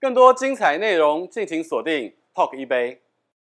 更多精彩内容，敬请锁定 Talk 一杯。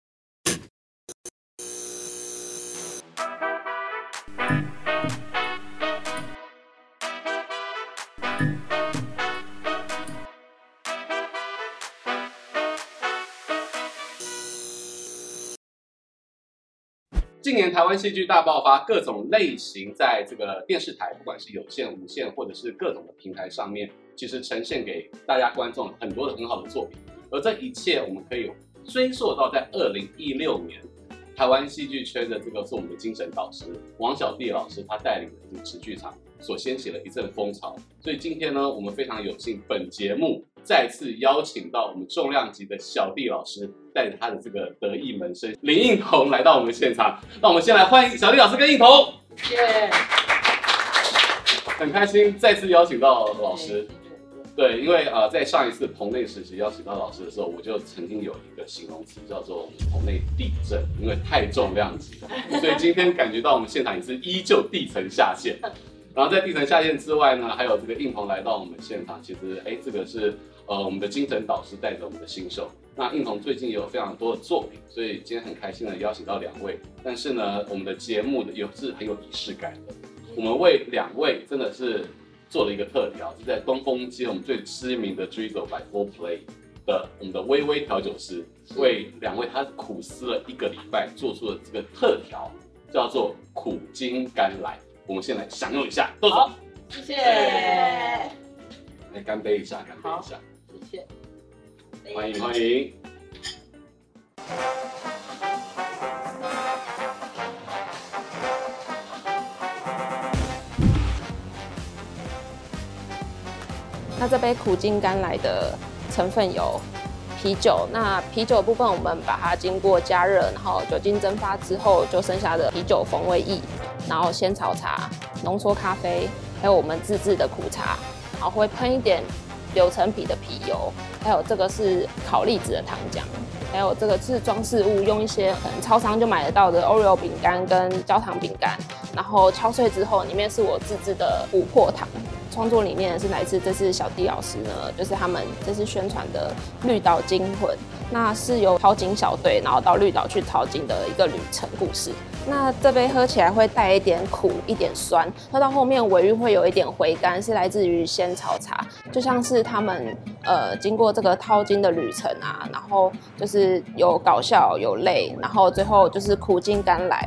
近年台湾戏剧大爆发，各种类型在这个电视台，不管是有线、无线，或者是各种的平台上面，其实呈现给大家观众很多的很好的作品。而这一切，我们可以追溯到在2016年，台湾戏剧圈的这个是我们的精神导师王小弟老师，他带领的这个池剧场所掀起了一阵风潮。所以今天呢，我们非常有幸，本节目再次邀请到我们重量级的小弟老师，带着他的这个得意门生林映彤来到我们现场。让我们先来欢迎小弟老师跟映彤。 耶！ 很开心再次邀请到老师。对，因为在上一次棚内实习邀请到老师的时候，我就曾经有一个形容词叫做棚内地震，因为太重量级了，所以今天感觉到我们现场也是依旧地层下陷。然后在地层下陷之外呢，还有这个映彤来到我们现场，其实这个是我们的精神导师带着我们的新手。那映彤最近也有非常多的作品，所以今天很开心的邀请到2位。但是呢，我们的节目是很有仪式感的，我们为2位真的是做了一个特调，是在东风街我们最知名的 Drizzle by 4Play 的我们的微微调酒师，为2位他苦思了1个礼拜，做出了这个特调，叫做苦尽甘来。我们先来享用一下，豆子。 谢谢。 来干杯一下，干杯一下。 谢谢。 欢迎欢迎。 那这杯苦尽甘来的成分有啤酒，那啤酒的部分我们把它经过加热，然后酒精蒸发之后就剩下的啤酒风味液，然后仙草茶、浓缩咖啡，还有我们自制的苦茶，然后会喷一点柳橙皮的皮油，还有这个是烤栗子的糖浆，还有这个是装饰物，用一些可能超商就买得到的 Oreo 饼干跟焦糖饼干，然后敲碎之后，里面是我自制的琥珀糖。创作理念是来自这次小弟老师呢，就是他们这次宣传的绿岛惊魂，那是由淘金小队然后到绿岛去淘金的一个旅程故事。那这杯喝起来会带一点苦，一点酸，喝到后面尾韵会有一点回甘，是来自于仙草茶，就像是他们经过这个淘金的旅程啊，然后就是有搞笑有泪，然后最后就是苦尽甘来。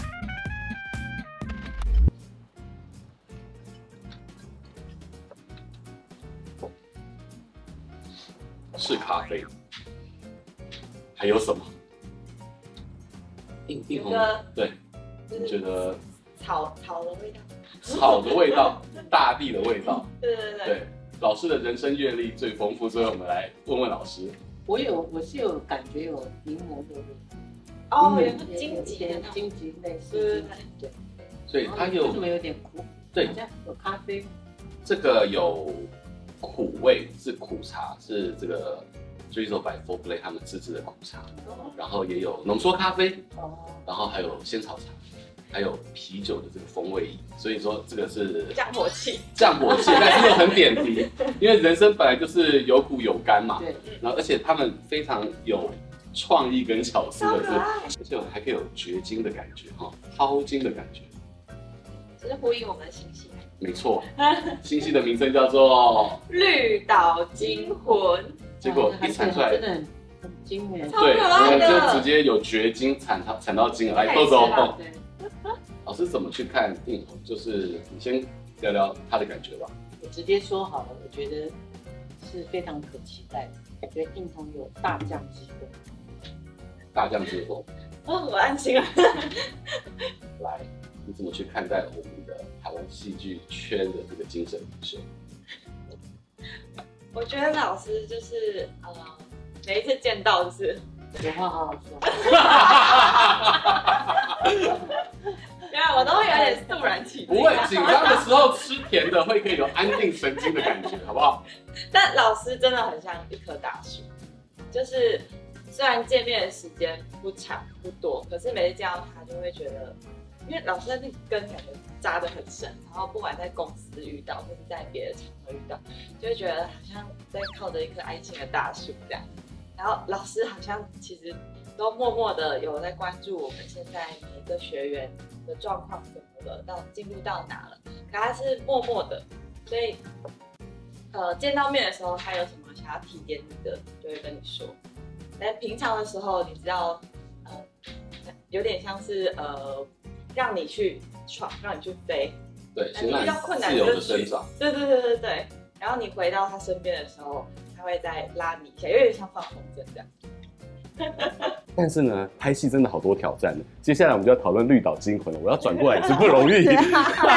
是咖啡，还有什么？映彤，对，你觉得草的味道， 草的味道，大地的味道， 对， 老师的人生阅历最丰富，所以我们来问问老师。 我是有感觉有柠檬的味道， 哦，有荆棘的荆棘类似，对， 所以它有怎么有点苦？ 对， 好像有咖啡， 这个有苦味，是苦茶，是这个 Drizzle by 4Play 他们自制的苦茶，然后也有浓缩咖啡，然后还有仙草茶，还有啤酒的这个风味液，所以说这个是降火气， 但是又很点题，因为人生本来就是有苦有甘嘛， 对， 然后而且他们非常有创意跟巧思的是，而且还可以有掘金的感觉哈，淘金的感觉， 这是呼应我们的星系。 没错，星系的名称叫做绿岛惊魂， 结果一产出来真的很惊人， 超对， 可爱的我们就直接有掘金产到金了，来豆豆。 对， 老师怎么去看映彤？就是你先聊聊他的感觉吧。 我直接说好了，我觉得是非常可期待的。我觉得映彤有大将之风， 大将之风， 我安心了。 来，你怎么去看待我们的台湾戏剧圈的这个精神领袖？ 我觉得老师就是每一次见到就是有话好好说。 原来我都会有点肃然起敬。 不会，紧张的时候吃甜的会可以有安定神经的感觉，好不好？ 但老师真的很像一棵大树，就是虽然见面的时间不长不多，可是每次见到他就会觉得，因为老师的那个根感觉扎得很深，然后不管在公司遇到，或是在别的场合遇到，就会觉得好像在靠着一棵爱心的大树这样。然后老师好像其实都默默的有在关注我们现在每一个学员的状况怎么了，进入到哪了，可他是默默的，所以见到面的时候，他有什么想要提点你的，就会跟你说。但平常的时候，你知道，有点像是让你去闯，让你去飞。 对， 你遇到困难自由就的生长。 对。然后你回到他身边的时候，他会再拉你一下，有点像放风筝这样。 但是呢，拍戏真的好多挑战呢。接下来我们就要讨论《绿岛惊魂》了。我要转过来是不容易。 先来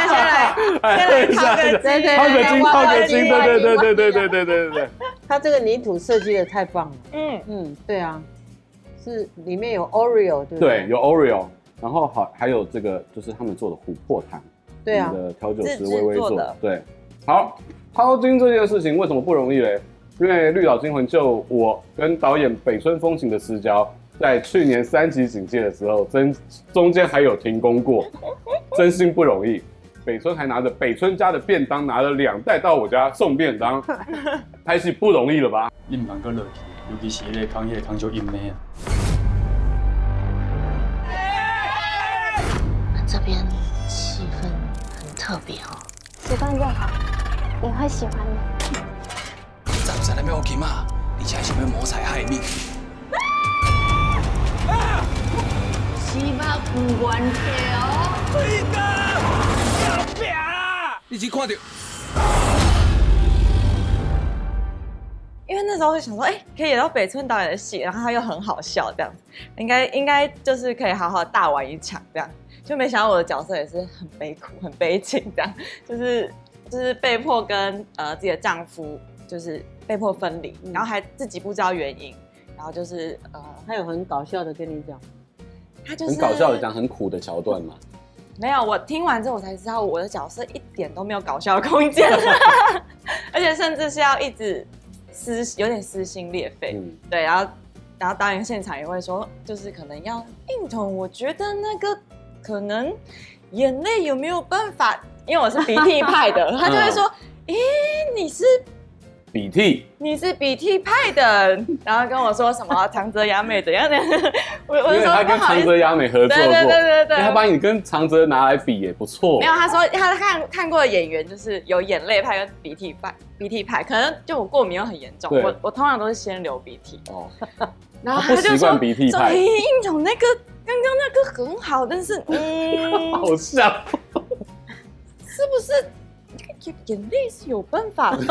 掏个筋，对。 它这个泥土设计的太棒了。对啊，是里面有 Oreo 对不对？ 对，有 Oreo， 然后还有这个就是他们做的琥珀糖， 对啊， 我们的调酒师微微做的。 对，好，掏金这件事情为什么不容易嘞？因为《绿岛惊魂》就我跟导演北村风情的私交，在去年3级警戒的时候，中间还有停工过，真心不容易。北村还拿着北村家的便当，拿了2袋到我家送便当，拍戏不容易了吧？ 你唔通搁落去，尤其是迄个康就阴妹啊。 这边气氛很特别哦， 习惯就好，你会喜欢的。 站在那边 OK 嘛？你才想要谋财害命？ 希望不冤家哦。 飞哥，要拼啊！你已经看到。 因为那时候就想说，可以演到北村导演的戏，然后他又很好笑，这样子，应该就是可以好好大玩一场这样。就没想到我的角色也是很悲苦、很悲情这样，就是被迫跟自己的丈夫就是被迫分离，然后还自己不知道原因，然后就是他有很搞笑的跟你讲， 他就是很搞笑的讲很苦的桥段嘛。 没有，我听完之后我才知道我的角色一点都没有搞笑的空间，而且甚至是要一直有点撕心裂肺，对，然后导演现场也会说，就是可能要应彤，我觉得那个可能眼泪有没有办法，因为我是鼻涕派的，他就会说，你是鼻涕派的，然后跟我说什么长泽雅美怎样的，我就说因为他跟长泽雅美合作过， 对， 他把你跟长泽拿来比也不错。 没有，他说他看过的演员就是有眼泪派跟鼻涕派，可能就我过敏又很严重，我通常都是先流鼻涕。哦，然后他就说鼻涕派， 应彤那个刚刚那个很好，但是好像是不是？眼泪是有办法的。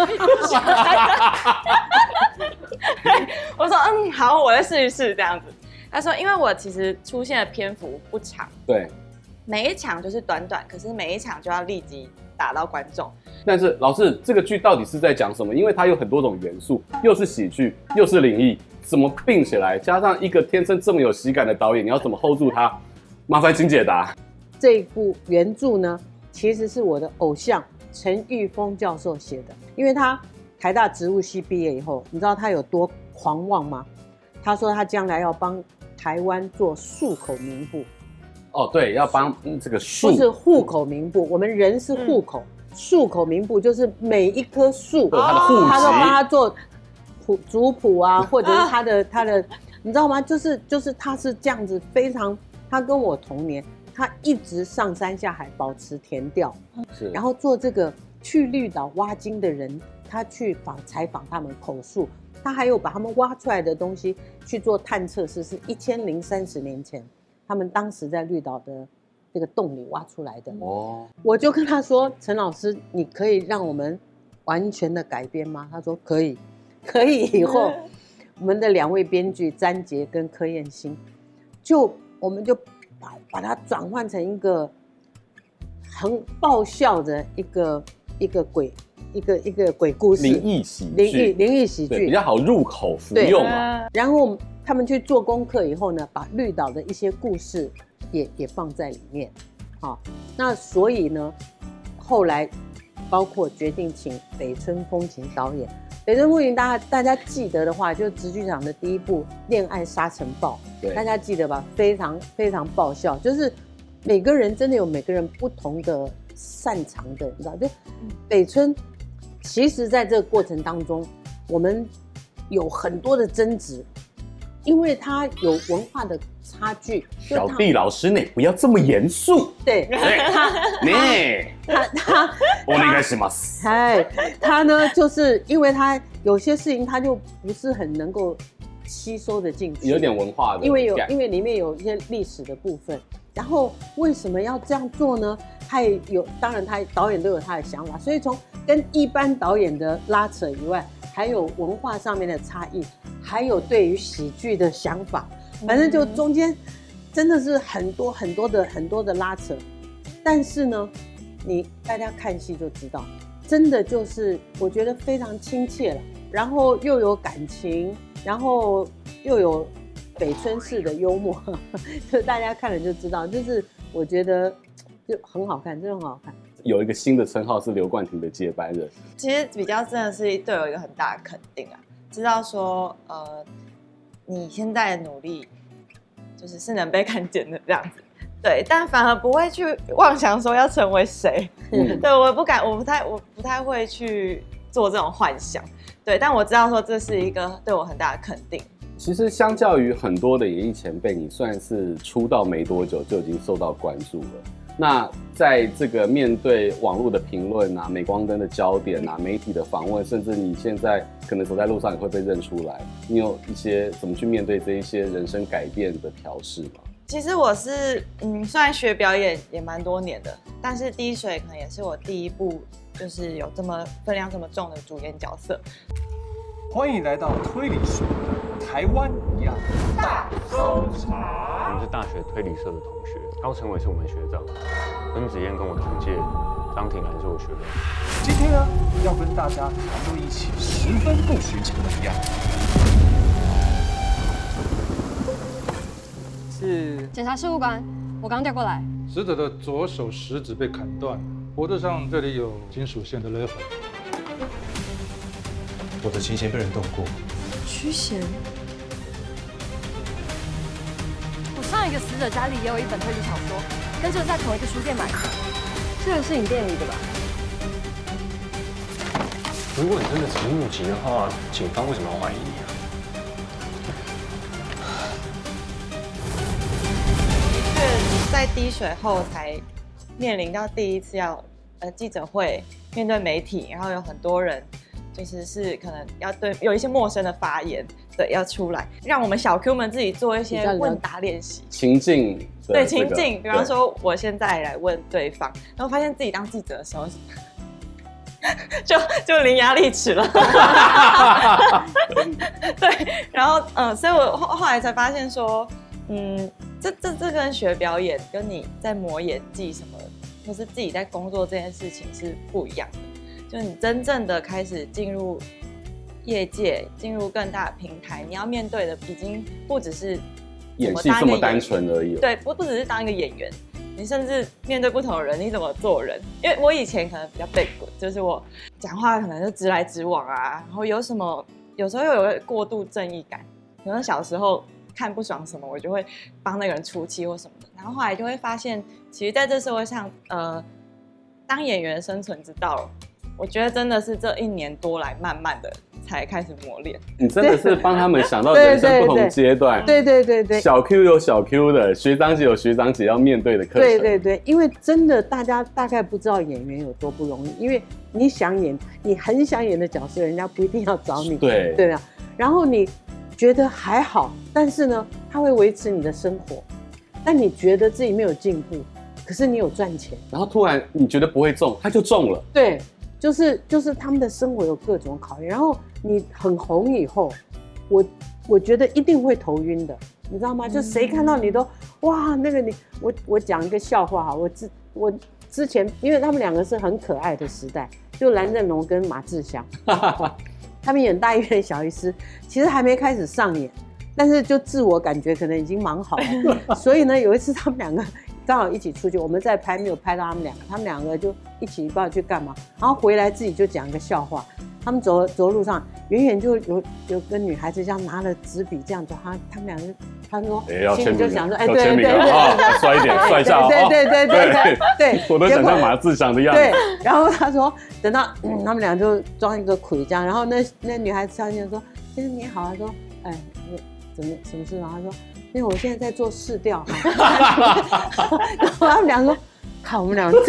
我说好，我再试一试这样子。他说，因为我其实出现的篇幅不长， 对， 每一场就是短短，可是每一场就要立即打到观众。 但是老师，这个剧到底是在讲什么？因为它有很多种元素，又是喜剧，又是灵异，怎么并起来？加上一个天生这么有喜感的导演，你要怎么 hold 住他？麻烦请解答。 这一部原著呢，其实是我的偶像陈玉峰教授写的，因为他台大植物系毕业以后，你知道他有多狂妄吗？他说他将来要帮台湾做漱口名簿。 哦，对，要帮这个树， 不是户口名簿，我们人是户口，漱口名簿就是每一棵树， 他的户籍， 他都帮他做族谱啊，或者是他的，你知道吗？就是他是这样子，非常，他跟我同年。他一直上山下海，保持田调，然后做这个去绿岛挖金的人，他去采访他们口述，他还有把他们挖出来的东西去做探测试，是1030年前他们当时在绿岛的这个洞里挖出来的。哦，我就跟他说，陈老师，你可以让我们完全的改编吗？他说可以，可以。以后我们的2位编剧詹杰跟柯燕欣，我们就把它转换成一个很爆笑的一个鬼故事， 灵异喜剧，比较好入口服用嘛。 然后他们去做功课以后呢，把绿岛的一些故事也放在里面。好，那所以呢，后来包括决定请北村风情导演。北村风情大家记得的话，就是直剧场的第一部《恋爱沙尘暴》，大家记得吧？非常非常爆笑，就是每个人真的有每个人不同的擅长的，你知道，就北村，其实在这个过程当中，我们有很多的争执，因为它有文化的差距。 小弟老师，你不要这么严肃。 对， お願いします。 他呢，就是因为他有些事情他就不是很能够吸收的进去， 有点文化的， 因为里面有一些历史的部分。然后为什么要这样做呢？他也有，当然他导演都有他的想法，所以从跟一般导演的拉扯以外，还有文化上面的差异，还有对于喜剧的想法，反正就中间真的是很多的拉扯。但是呢，大家看戏就知道，真的就是我觉得非常亲切了，然后又有感情，然后又有北村式的幽默，就大家看了就知道，就是我觉得就很好看，真的很好看。 有一个新的称号是刘冠廷的接班人， 其实比较真的是对我一个很大的肯定啊，知道说你现在的努力就是能被看见的这样子，对，但反而不会去妄想说要成为谁，对，我不太会去做这种幻想，对，但我知道说这是一个对我很大的肯定。 其实相较于很多的演艺前辈，你算是出道没多久就已经受到关注了。那在这个面对网络的评论啊、镁光灯的焦点啊、媒体的访问，甚至你现在可能走在路上也会被认出来，你有一些怎么去面对这一些人生改变的调试吗？ 其实我是虽然学表演也蛮多年的，但是滴水可能也是我第一部就是有这么分量这么重的主演角色。 欢迎来到推理所的台湾亚大搜查。 我们是大学推理社的同学，高成伟是我们学长，温子燕跟我同届，张挺兰是我学妹。 今天呢，要跟大家谈论一起十分不寻常的一案。 是检察事务官，我刚调过来。 死者的左手食指被砍断，脖子上这里有金属线的勒痕。 我的琴弦被人动过。 曲弦。我上一个死者家里也有一本推理小说，跟这个在同一个书店买的。这个是你店里的吧？ 如果你真的只是目击的话，警方为什么要怀疑你啊？ 的确，在滴水后才面临到第一次要记者会，面对媒体，然后有很多人。是可能要对有一些陌生的发言，对，要出来，让我们小 Q 们自己做一些问答练习， 情境， 对情境，比方说我现在来问对方，然后发现自己当记者的时候，就伶牙俐齿了，对，然后所以我后来才发现说，这跟学表演跟你在磨演技什么，或是自己在工作这件事情是不一样的。就你真正的开始进入业界，进入更大的平台，你要面对的已经不只是演戏这么单纯而已。 对，不只是当一个演员，你甚至面对不同的人，你怎么做人？因为我以前可能比较被滚，就是我讲话可能就直来直往啊，然后有时候又有过度正义感，可能小时候看不爽什么，我就会帮那个人出气或什么的，然后后来就会发现，其实在这社会上，当演员生存之道。我觉得真的是这1年多来，慢慢的才开始磨练。 你真的是帮他们想到人生不同阶段。 对， 小 Q 有小 Q 的，学长姐有学长姐要面对的课程。 对，因为真的大家大概不知道演员有多不容易，因为你很想演的角色，人家不一定要找你。对啊。然后你觉得还好，但是呢，他会维持你的生活，但你觉得自己没有进步，可是你有赚钱， 然后突然你觉得不会中，他就中了。 对。就是他们的生活有各种考验，然后你很红以后，我觉得一定会头晕的，你知道吗？就谁看到你都哇，那个我讲一个笑话哈，我之前因为他们两个是很可爱的时代，就蓝正龙跟马志祥，他们演大医院小医师，其实还没开始上演，但是就自我感觉可能已经忙好了，所以呢，有一次他们两个。刚好一起出去，我们在拍，没有拍到他们两个就一起不知道去干嘛，然后回来自己就讲一个笑话， 他们走路上，远远就有个女孩子这样拿了纸笔这样走，他们两个，他说心里就想说，对对对， 帅一点，帅一下， 对， 我都想象马志祥的样子。 对，然后他说，等到他们俩就装一个魁这样，然后那女孩子上去说，先生你好，他说，哎，什么事吗？他说，因为我现在在做市调，然后他们俩说，靠，我们俩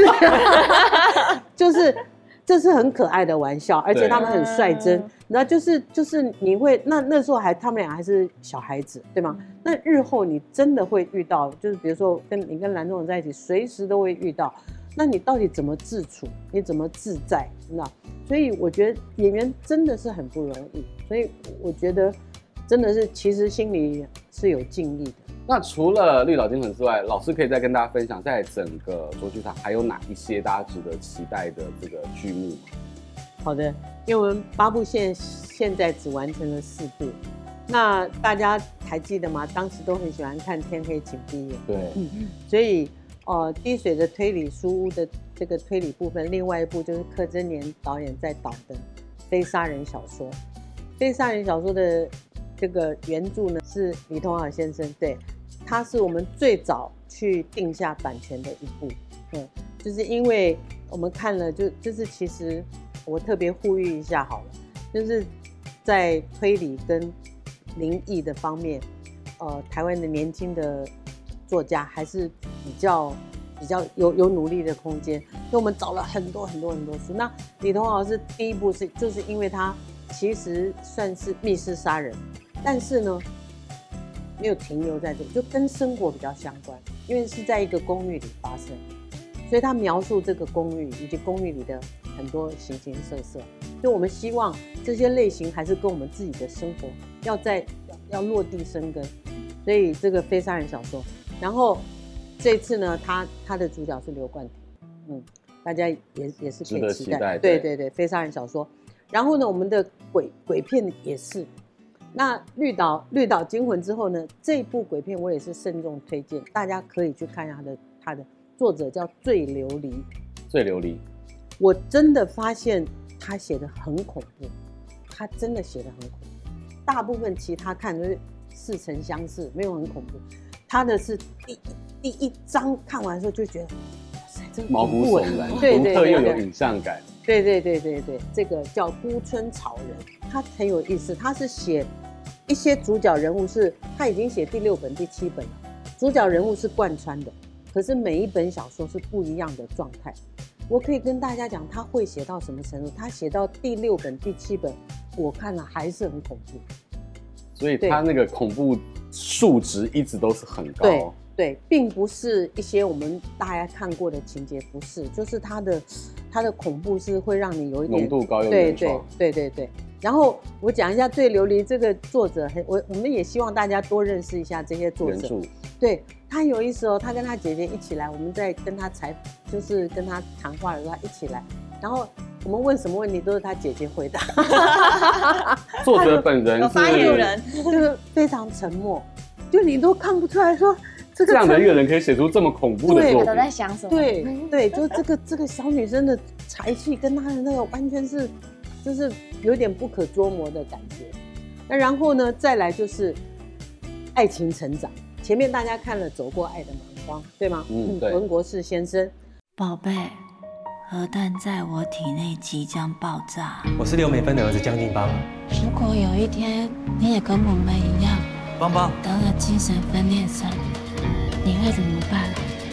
这是很可爱的玩笑，而且他们很率真，然后就是你会那时候他们俩还是小孩子，对吗？那日后你真的会遇到，就是比如说你跟蓝宗荣在一起，随时都会遇到，那你到底怎么自处？你怎么自在？你知道？所以我觉得演员真的是很不容易，所以我觉得真的是其实心里是有敬意的。 那除了绿岛惊魂之外，老师可以再跟大家分享，在整个卓剧场还有哪一些大家值得期待的这个剧目吗？ 好的，因为我们8部现在只完成了4部，那大家还记得吗？当时都很喜欢看《天黑请闭眼》， 对， 所以滴水的推理书屋的这个推理部分，另外一部就是柯震年导演在导的非杀人小说。非杀人小说的这个原著呢是李同豪先生，对，他是我们最早去定下版权的一部，就是因为我们看了就是其实我特别呼吁一下好了，就是在推理跟灵异的方面，台湾的年轻的作家还是比较有努力的空间，所以我们找了很多书。那李同豪是第一部就是因为他其实算是密室杀人，但是呢没有停留在这里，就跟生活比较相关，因为是在一个公寓里发生，所以他描述这个公寓以及公寓里的很多形形色色，所以我们希望这些类型还是跟我们自己的生活要落地生根，所以这个非杀人小说。然后这次呢，他的主角是刘冠廷，大家也是可以期待，对，非杀人小说。然后呢，我们的鬼片也是。那绿岛惊魂之后呢，这一部鬼片我也是慎重推荐，大家可以去看一下他的作者叫最琉璃。我真的发现他写的很恐怖，他真的写的很恐怖。大部分其他看就是似曾相识，没有很恐怖。他的是第一章看完的时候就觉得，哇塞，真毛骨悚然，独特又有影像感。 对，这个叫孤村草人，他很有意思，他是写一些主角人物他已经写第6本、第7本了，主角人物是贯穿的，可是每一本小说是不一样的状态。我可以跟大家讲，他会写到什么程度？他写到第6本、第7本，我看了还是很恐怖。 所以他那个恐怖数值一直都是很高。 对，并不是一些我们大家看过的情节，不是，就是他的恐怖是会让你有一点浓度高又原创。 对。然后我讲一下最琉璃这个作者，我们也希望大家多认识一下这些作者。对，他有意思哦，他跟他姐姐一起来，我们在跟他就是跟他谈话的时候，他一起来，然后我们问什么问题都是他姐姐回答。 作者本人是发言人， 就是非常沉默，就你都看不出来说这样的一个人可以写出这么恐怖的作品。 我都在想什么？ 对，就这个小女生的才气跟她的那个完全是，就是有点不可捉摸的感觉。那然后呢，再来就是爱情成长。前面大家看了《走过爱的蛮荒》，对吗？ 对。 文国士先生， 宝贝，核弹在我体内即将爆炸。 我是刘美芬的儿子江定邦。 如果有一天你也跟我们一样， 邦邦得了精神分裂症，你会怎么办？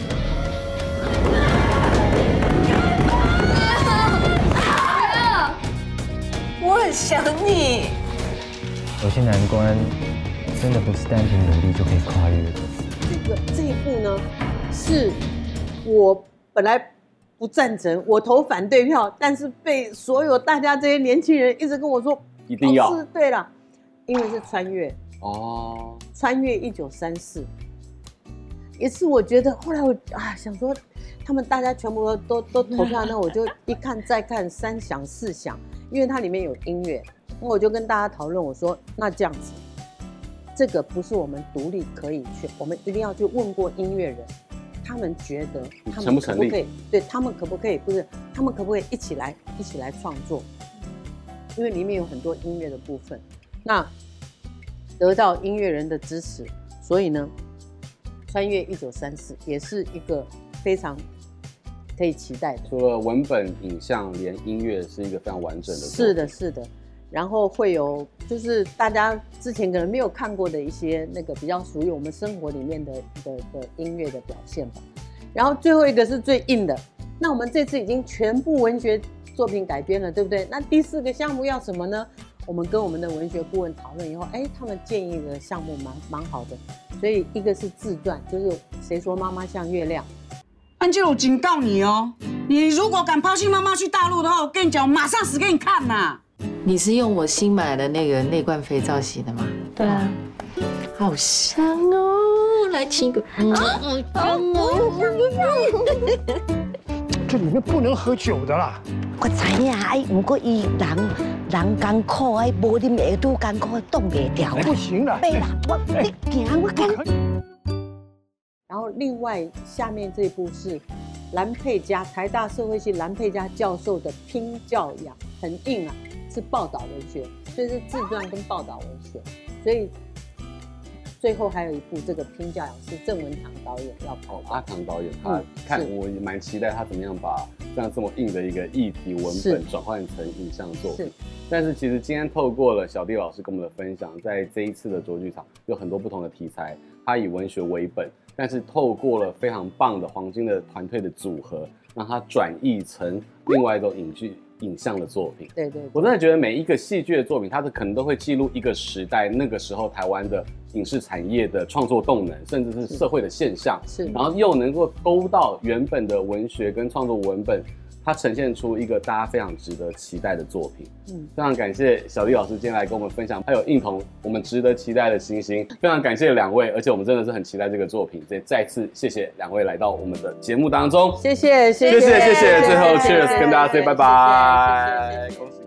我很想你。 有些难关真的不是单凭努力就可以跨越的。 这一步呢，是我本来不赞成，我投反对票，但是被所有大家这些年轻人一直跟我说一定要。 是对了，因为是穿越哦， 穿越1934。也是我觉得后来我想说，他们大家全部都投票，那我就一看再看，3想4想，因为它里面有音乐，那我就跟大家讨论，我说那这样子，这个不是我们独立可以去，我们一定要去问过音乐人，他们觉得他们可不可以？对他们可不可以？不是他们可不可以一起来创作？ 因为里面有很多音乐的部分，那得到音乐人的支持，所以呢，穿越1934也是一个非常可以期待的。 除了文本、影像，连音乐是一个非常完整的。 是的，是的。然后会有就是大家之前可能没有看过的一些那个比较属于我们生活里面的音乐的表现吧。然后最后一个是最硬的，那我们这次已经全部文学作品改编了，对不对？那第4个项目要什么呢？我们跟我们的文学顾问讨论以后，他们建议的项目蛮好的，所以一个是自传，就是谁说妈妈像月亮。 安吉，我警告你哦，你如果敢抛弃妈妈去大陆的话，我跟你讲，我马上死给你看呐！ 你是用我新买的那罐肥皂洗的吗？ 对啊， 好香哦，来亲一个。好香哦！ 这里面不能喝酒的啦。 我知影，不过伊人艰苦，无啉会拄艰苦，冻袂掉。 不行了。 对啦，你行，我跟。 然后另外下面这一部是蓝佩嘉，台大社会系蓝佩嘉教授的拼教养，很硬啊，是报道文学，所以是自传跟报道文学，所以最后还有一部这个拼教养是郑文堂导演要拍。 阿唐导演他看我也蛮期待他怎么样把这么硬的一个议题文本转换成影像作品。但是其实今天透过了小弟老师跟我们的分享，在这一次的卓剧场有很多不同的题材，他以文学为本，但是透过了非常棒的黄金的团队的组合，让它转译成另外一种影像的作品。 对， 我真的觉得每一个戏剧的作品，它可能都会记录一个时代，那个时候台湾的影视产业的创作动能，甚至是社会的现象，然后又能够勾到原本的文学跟创作文本，它呈现出一个大家非常值得期待的作品。非常感谢小弟老师今天来跟我们分享，还有映彤我们值得期待的星星。非常感谢两位，而且我们真的是很期待这个作品。再次谢谢两位来到我们的节目当中， 谢谢。 最后 cheers 跟大家 say 拜拜，恭喜。